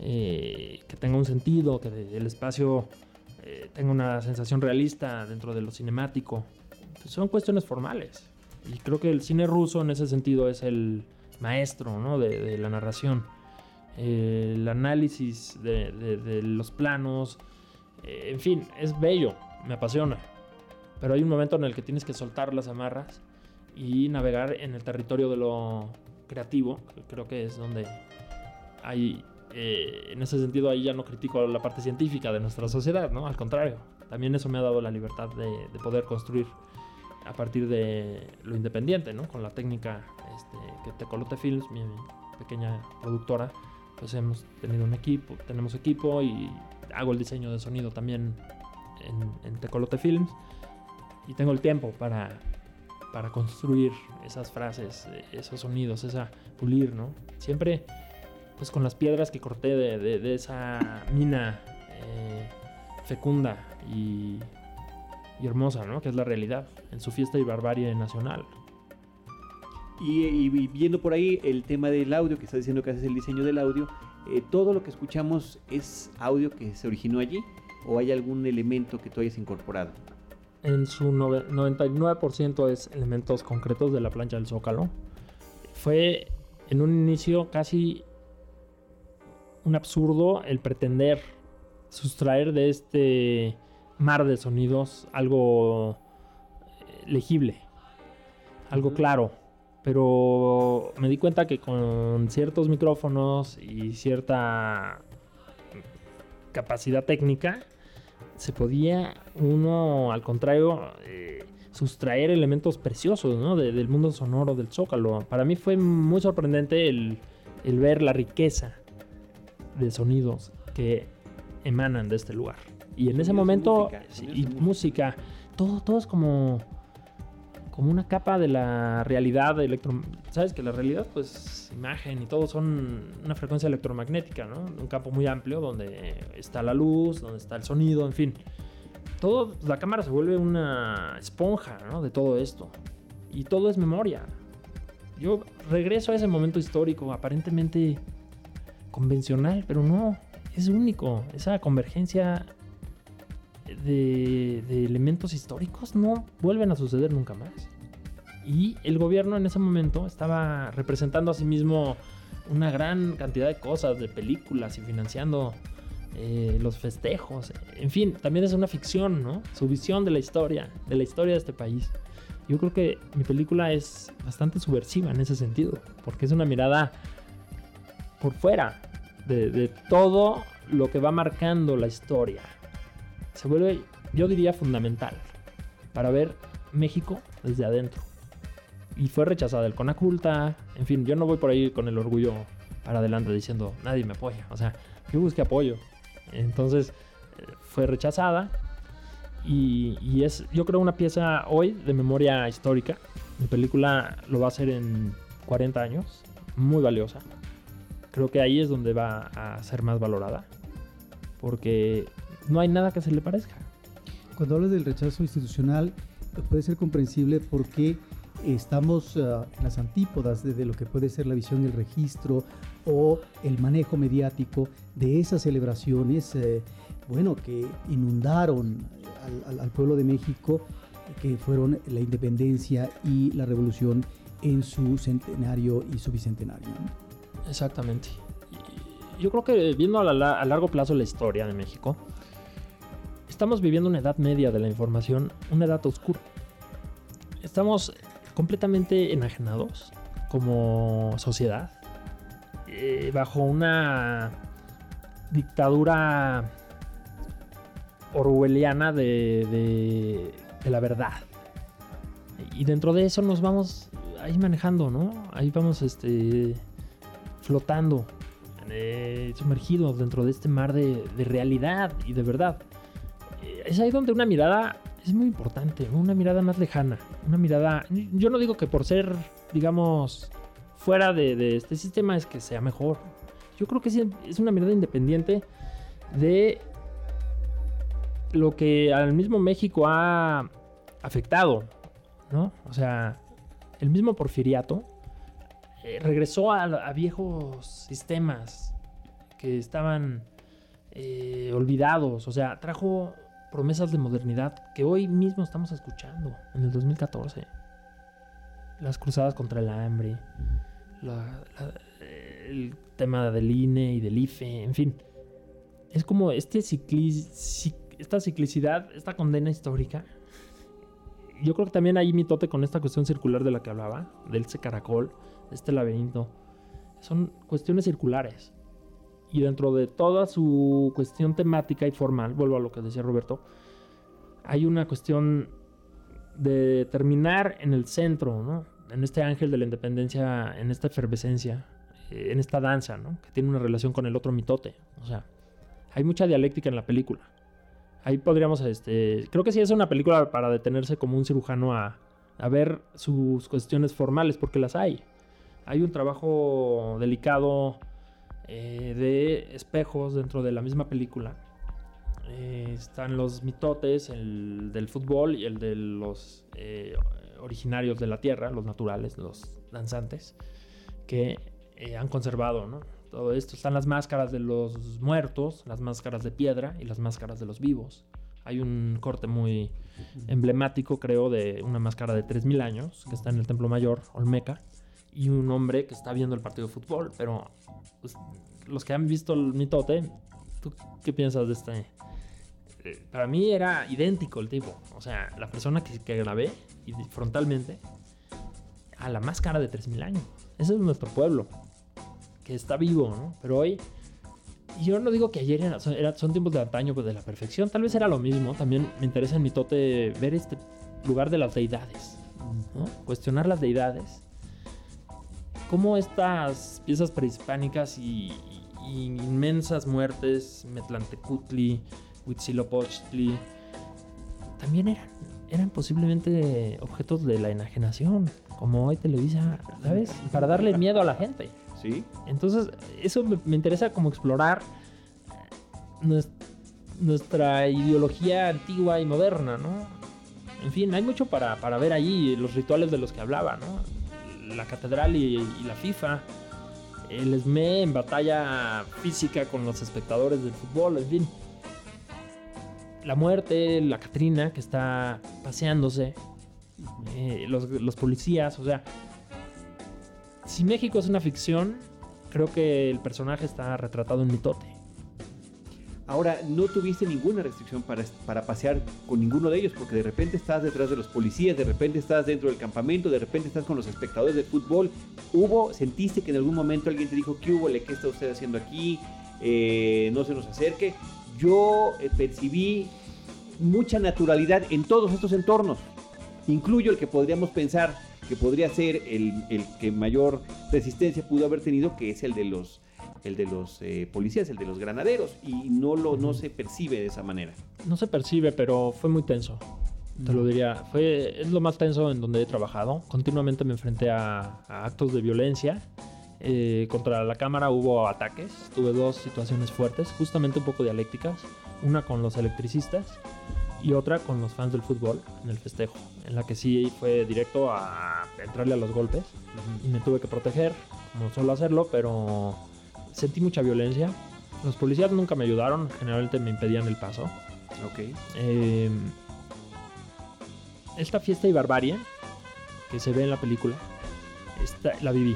que tenga un sentido, que el espacio tenga una sensación realista dentro de lo cinemático. Pues son cuestiones formales. Y creo que el cine ruso en ese sentido es el maestro, ¿no? de la narración. El análisis de los planos, en fin, es bello, me apasiona. Pero hay un momento en el que tienes que soltar las amarras y navegar en el territorio de lo creativo, que creo que es donde hay, en ese sentido, ahí ya no critico la parte científica de nuestra sociedad, ¿no? Al contrario, también eso me ha dado la libertad de poder construir a partir de lo independiente, ¿no? Con la técnica que Tecolote Films, mi pequeña productora, pues tenemos equipo y hago el diseño de sonido también en Tecolote Films y tengo el tiempo para construir esas frases, esos sonidos, pulir, ¿no? Siempre pues con las piedras que corté de esa mina fecunda y hermosa, ¿no? Que es la realidad, en su fiesta y barbarie nacional. Y viendo por ahí el tema del audio, que estás diciendo que haces el diseño del audio, ¿todo lo que escuchamos es audio que se originó allí? ¿O hay algún elemento que tú hayas incorporado? En su 99% es elementos concretos de la plancha del Zócalo. Fue en un inicio casi un absurdo el pretender sustraer de este mar de sonidos algo legible, algo claro, pero me di cuenta que con ciertos micrófonos y cierta capacidad técnica se podía uno, al contrario, sustraer elementos preciosos, ¿no? del mundo sonoro del Zócalo. Para mí fue muy sorprendente el ver la riqueza de sonidos que emanan de este lugar. Y en ese momento, música, todo es como una capa de la realidad sabes que la realidad, pues imagen y todo son una frecuencia electromagnética, ¿no? Un campo muy amplio donde está la luz, donde está el sonido, en fin. La cámara se vuelve una esponja, ¿no? De todo esto. Y todo es memoria. Yo regreso a ese momento histórico aparentemente convencional, pero no, es único. Esa convergencia de elementos históricos no vuelven a suceder nunca más. Y el gobierno en ese momento estaba representando a sí mismo una gran cantidad de cosas, de películas y financiando los festejos. En fin, también es una ficción, ¿no? Su visión de la historia de este país. Yo creo que mi película es bastante subversiva en ese sentido, porque es una mirada por fuera de todo lo que va marcando la historia. Se vuelve, yo diría, fundamental para ver México desde adentro. Y fue rechazada el Conaculta. En fin, yo no voy por ahí con el orgullo para adelante diciendo nadie me apoya. O sea, yo busqué apoyo. Entonces fue rechazada. Y es, yo creo, una pieza hoy de memoria histórica. Mi película lo va a hacer en 40 años. Muy valiosa. Creo que ahí es donde va a ser más valorada. Porque no hay nada que se le parezca. Cuando hablas del rechazo institucional, puede ser comprensible porque estamos en las antípodas de lo que puede ser la visión del registro o el manejo mediático de esas celebraciones, que inundaron al pueblo de México, que fueron la independencia y la revolución en su centenario y su bicentenario, ¿no? Exactamente. Yo creo que viendo a largo plazo la historia de México, estamos viviendo una edad media de la información, una edad oscura. Estamos completamente enajenados como sociedad, bajo una dictadura orwelliana de la verdad. Y dentro de eso nos vamos ahí manejando, ¿no? Ahí vamos flotando, sumergidos dentro de este mar de realidad y de verdad. Es ahí donde una mirada es muy importante, ¿no? Una mirada más lejana, una mirada... Yo no digo que por ser, digamos, fuera de este sistema es que sea mejor. Yo creo que es una mirada independiente de lo que al mismo México ha afectado, ¿no? O sea, el mismo Porfiriato regresó a viejos sistemas que estaban olvidados. O sea, trajo promesas de modernidad que hoy mismo estamos escuchando, en el 2014. Las cruzadas contra el hambre, el tema del INE y del IFE, en fin. Es como esta ciclicidad, esta condena histórica. Yo creo que también hay mitote con esta cuestión circular de la que hablaba, del caracol, este laberinto. Son cuestiones circulares. Y dentro de toda su cuestión temática y formal, vuelvo a lo que decía Roberto, hay una cuestión de terminar en el centro, ¿no? En este ángel de la independencia, en esta efervescencia, en esta danza, ¿no? Que tiene una relación con el otro mitote. O sea, hay mucha dialéctica en la película. Ahí podríamos, creo que sí es una película para detenerse como un cirujano a ver sus cuestiones formales, porque las hay. Hay un trabajo delicado de espejos dentro de la misma película. Están los mitotes, el del fútbol y el de los originarios de la tierra, los naturales, los danzantes, que han conservado, ¿no? Todo esto. Están las máscaras de los muertos, las máscaras de piedra y las máscaras de los vivos. Hay un corte muy emblemático, creo, de una máscara de 3000 años que está en el Templo Mayor, Olmeca, y un hombre que está viendo el partido de fútbol. Pero pues, los que han visto el mitote, ¿tú qué piensas de este? Para mí era idéntico el tipo. O sea, la persona que grabé y frontalmente a la máscara de 3000 años. Ese es nuestro pueblo, que está vivo, ¿no? Pero hoy, yo no digo que ayer son tiempos de antaño, pues de la perfección. Tal vez era lo mismo. También me interesa en mitote ver este lugar de las deidades, ¿no? Cuestionar las deidades. Cómo estas piezas prehispánicas y inmensas muertes, Metlantecutli, Huitzilopochtli, también eran posiblemente objetos de la enajenación, como hoy Televisa, ¿sabes? Para darle miedo a la gente. Sí. Entonces, eso me interesa como explorar nuestra ideología antigua y moderna, ¿no? En fin, hay mucho para ver allí, los rituales de los que hablaba, ¿no? La catedral y la FIFA, el ESME en batalla física con los espectadores del fútbol, en fin. La muerte, la Catrina que está paseándose, los policías, o sea, si México es una ficción, creo que el personaje está retratado en mitote. Ahora, no tuviste ninguna restricción para pasear con ninguno de ellos, porque de repente estás detrás de los policías, de repente estás dentro del campamento, de repente estás con los espectadores del fútbol. ¿Sentiste que en algún momento alguien te dijo, ¿qué hubo? ¿Qué está usted haciendo aquí? No se nos acerque. Yo percibí mucha naturalidad en todos estos entornos. Incluyo el que podríamos pensar que podría ser el que mayor resistencia pudo haber tenido, que es el de los policías, el de los granaderos, y no se percibe de esa manera. No se percibe, pero fue muy tenso. Te lo diría. Es lo más tenso en donde he trabajado. Continuamente me enfrenté a actos de violencia. Contra la cámara hubo ataques. Tuve 2 situaciones fuertes, justamente un poco dialécticas. Una con los electricistas y otra con los fans del fútbol en el festejo, en la que sí fue directo a entrarle a los golpes. Y me tuve que proteger, como suelo hacerlo, pero sentí mucha violencia. Los policías nunca me ayudaron, generalmente me impedían el paso. Ok. Esta fiesta y barbarie que se ve en la película, la viví.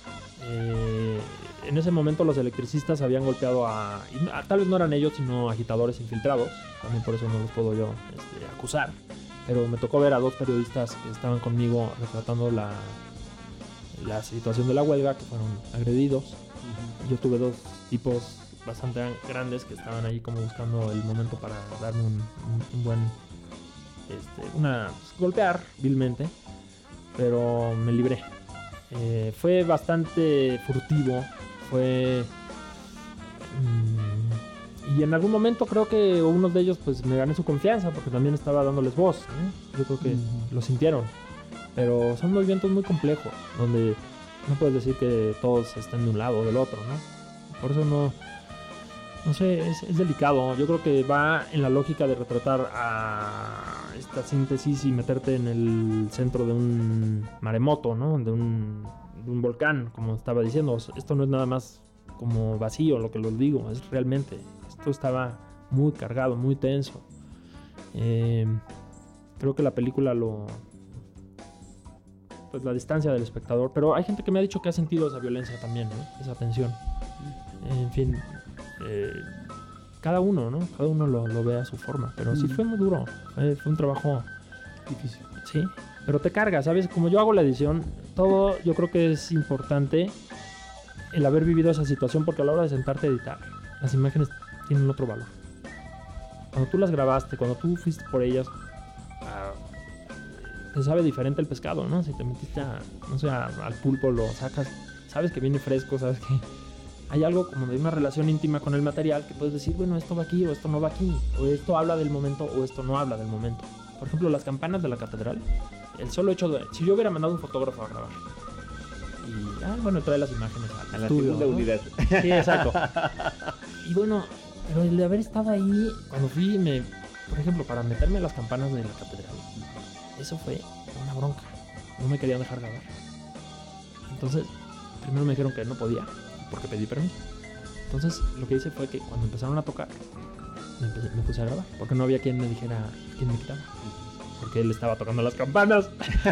En ese momento los electricistas habían golpeado tal vez no eran ellos, sino agitadores infiltrados. También por eso no los puedo yo acusar. Pero me tocó ver a 2 periodistas que estaban conmigo retratando la situación de la huelga, que fueron agredidos. Yo tuve 2 tipos bastante grandes que estaban ahí como buscando el momento para darme un buen... golpear vilmente, pero me libré. Fue bastante furtivo, y en algún momento creo que uno de ellos pues me gané su confianza porque también estaba dándoles voz, ¿eh? Yo creo que lo sintieron, pero son movimientos muy complejos donde no puedes decir que todos estén de un lado o del otro, ¿no? Por eso no sé, es delicado. Yo creo que va en la lógica de retratar a esta síntesis y meterte en el centro de un maremoto, ¿no? De un volcán, como estaba diciendo. Esto no es nada más como vacío lo que los digo, es realmente. Esto estaba muy cargado, muy tenso. Creo que la película pues la distancia del espectador, pero hay gente que me ha dicho que ha sentido esa violencia también, ¿no? Esa tensión. En fin, cada uno, ¿no? Cada uno lo ve a su forma, pero sí fue muy duro, fue un trabajo Difícil. sí, pero te carga, ¿sabes? Como yo hago la edición, todo yo creo que es importante el haber vivido esa situación, porque a la hora de sentarte a editar, las imágenes tienen otro valor. Cuando tú las grabaste, cuando tú fuiste por ellas, te sabe diferente el pescado, ¿no? Si te metiste al pulpo, lo sacas, sabes que viene fresco, sabes que hay algo como de una relación íntima con el material que puedes decir, bueno, esto va aquí o esto no va aquí, o esto habla del momento o esto no habla del momento. Por ejemplo, las campanas de la catedral, el solo hecho de, si yo hubiera mandado un fotógrafo a grabar y, bueno, trae las imágenes al A la estudio, segunda ¿no? unidad. Sí, exacto. Y bueno, pero el de haber estado ahí, cuando fui, por ejemplo, para meterme a las campanas de la catedral, eso fue una bronca. No me querían dejar grabar. Entonces, primero me dijeron que no podía, porque pedí permiso. Entonces, lo que hice fue que cuando empezaron a tocar, me puse a grabar, porque no había quien me dijera, quién me quitaba. Porque él estaba tocando las campanas.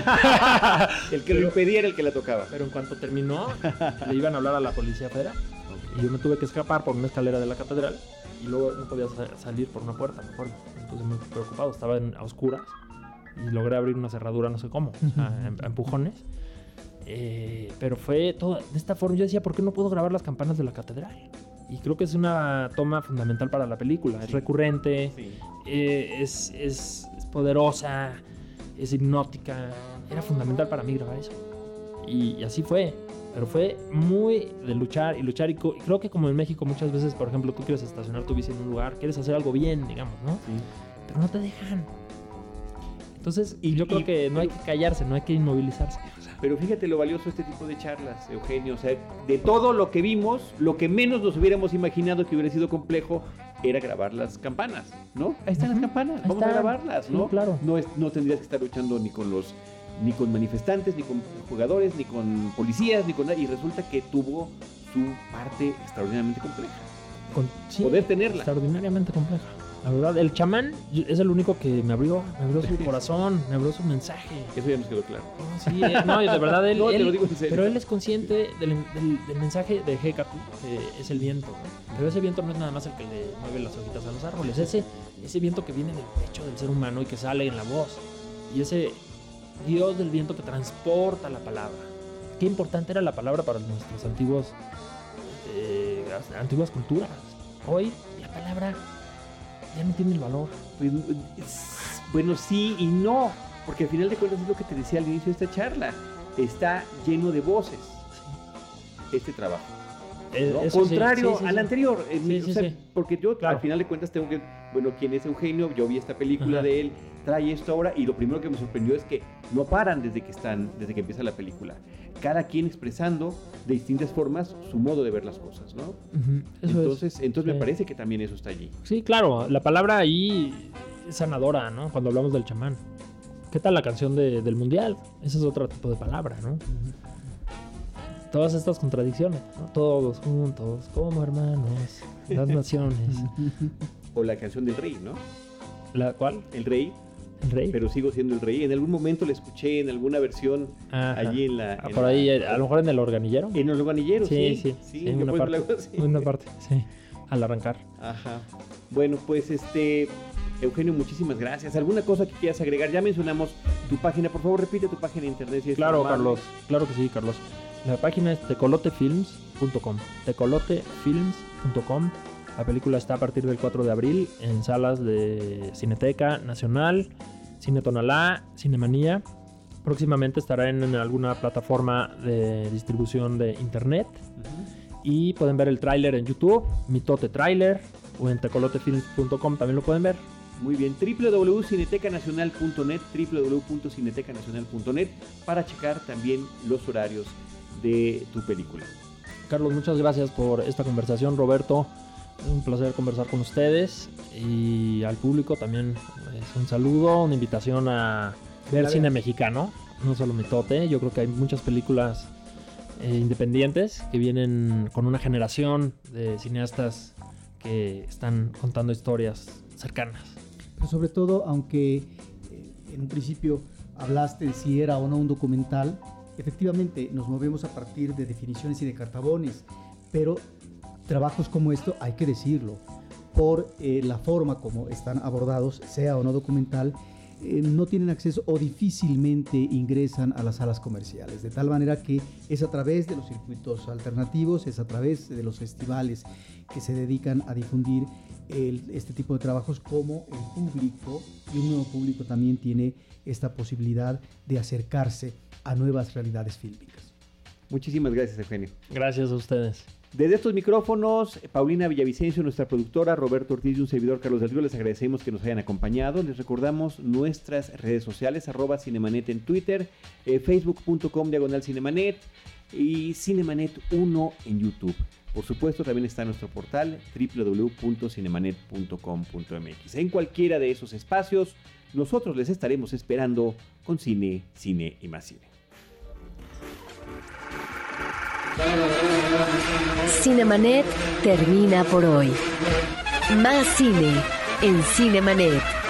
El que lo impedía era el que la tocaba. Pero en cuanto terminó, le iban a hablar a la policía federal. Y yo me tuve que escapar por una escalera de la catedral. Y luego no podía salir por una puerta, me acuerdo. Entonces muy preocupado, estaba a oscuras. Y logré abrir una cerradura, no sé cómo, a empujones. Pero fue todo de esta forma. Yo decía, ¿por qué no puedo grabar las campanas de la catedral? Y creo que es una toma fundamental para la película. Sí. Es recurrente, sí. Es poderosa, es hipnótica. Era fundamental para mí grabar eso. Y así fue. Pero fue muy de luchar y luchar. Y creo que como en México muchas veces, por ejemplo, tú quieres estacionar tu bici en un lugar, quieres hacer algo bien, digamos, ¿no? Sí. Pero no te dejan. Entonces, yo creo que no hay que callarse, no hay que inmovilizarse. Pero fíjate lo valioso de este tipo de charlas, Eugenio. O sea, de todo lo que vimos, lo que menos nos hubiéramos imaginado que hubiera sido complejo era grabar las campanas, ¿no? Ahí están las campanas, vamos a grabarlas, ¿no? Sí, claro. No tendrías que estar luchando ni con manifestantes, ni con jugadores, ni con policías, ni con nada. Y resulta que tuvo su parte extraordinariamente compleja. Sí, poder tenerla. Extraordinariamente compleja. La verdad, el chamán es el único que me abrió su corazón, me abrió su mensaje. Eso ya nos quedó claro. Sí, no, de verdad, él, te lo digo en serio. Pero él es consciente del mensaje de Hécate, que es el viento, ¿no? Pero ese viento no es nada más el que le mueve las hojitas a los árboles, ese viento que viene del pecho del ser humano y que sale en la voz. Y ese Dios del viento que transporta la palabra. Qué importante era la palabra para nuestras antiguas culturas. Hoy la palabra ya no tiene el valor. Pues, bueno, sí y no, porque al final de cuentas es lo que te decía al inicio de esta charla. Está lleno de voces este trabajo, ¿no? Contrario al anterior. Porque yo al final de cuentas tengo que, ¿quién es Eugenio? Yo vi esta película de él, trae esto ahora, y lo primero que me sorprendió es que no paran desde que empieza la película. Cada quien expresando de distintas formas su modo de ver las cosas, ¿no? Entonces me parece que también eso está allí. Sí, claro, la palabra ahí es sanadora, ¿no? Cuando hablamos del chamán. ¿Qué tal la canción del mundial? Ese es otro tipo de palabra, ¿no? Todas estas contradicciones, ¿no? Todos juntos, como hermanos, las naciones. O la canción del rey, ¿no? ¿La cuál? El rey. El rey. Pero sigo siendo el rey. En algún momento la escuché en alguna versión allí en la... por ahí, a lo mejor en el organillero. En el organillero, sí. En una parte, sí. Al arrancar. Ajá. Bueno, pues Eugenio, muchísimas gracias. ¿Alguna cosa que quieras agregar? Ya mencionamos tu página. Por favor, repite tu página de internet. Si es claro, Carlos. Claro que sí, Carlos. La página es tecolotefilms.com. tecolotefilms.com. La película está a partir del 4 de abril en salas de Cineteca Nacional, Cine Tonalá, Cinemanía. Próximamente estará en alguna plataforma de distribución de internet. Y pueden ver el tráiler en YouTube, Mitote Tráiler, o en tecolotefilms.com también lo pueden ver. Muy bien, www.cinetecanacional.net, www.cinetecanacional.net, para checar también los horarios de tu película. Carlos, muchas gracias por esta conversación. Roberto, es un placer conversar con ustedes, y al público también es un saludo, una invitación a ver cine mexicano, no solo Mitote. Yo creo que hay muchas películas independientes que vienen con una generación de cineastas que están contando historias cercanas. Pero sobre todo, aunque en un principio hablaste de si era o no un documental, efectivamente nos movemos a partir de definiciones y de cartabones, pero trabajos como esto, hay que decirlo, por la forma como están abordados, sea o no documental, no tienen acceso o difícilmente ingresan a las salas comerciales, de tal manera que es a través de los circuitos alternativos, es a través de los festivales que se dedican a difundir este tipo de trabajos, como el público, y un nuevo público también tiene esta posibilidad de acercarse a nuevas realidades fílmicas. Muchísimas gracias, Eugenio. Gracias a ustedes. Desde estos micrófonos, Paulina Villavicencio, nuestra productora, Roberto Ortiz y un servidor, Carlos del Río, les agradecemos que nos hayan acompañado. Les recordamos nuestras redes sociales, @Cinemanet en Twitter, facebook.com/Cinemanet y Cinemanet1 en YouTube. Por supuesto, también está nuestro portal www.cinemanet.com.mx. En cualquiera de esos espacios, nosotros les estaremos esperando con cine, cine y más cine. Cinemanet termina por hoy. Más cine en Cinemanet.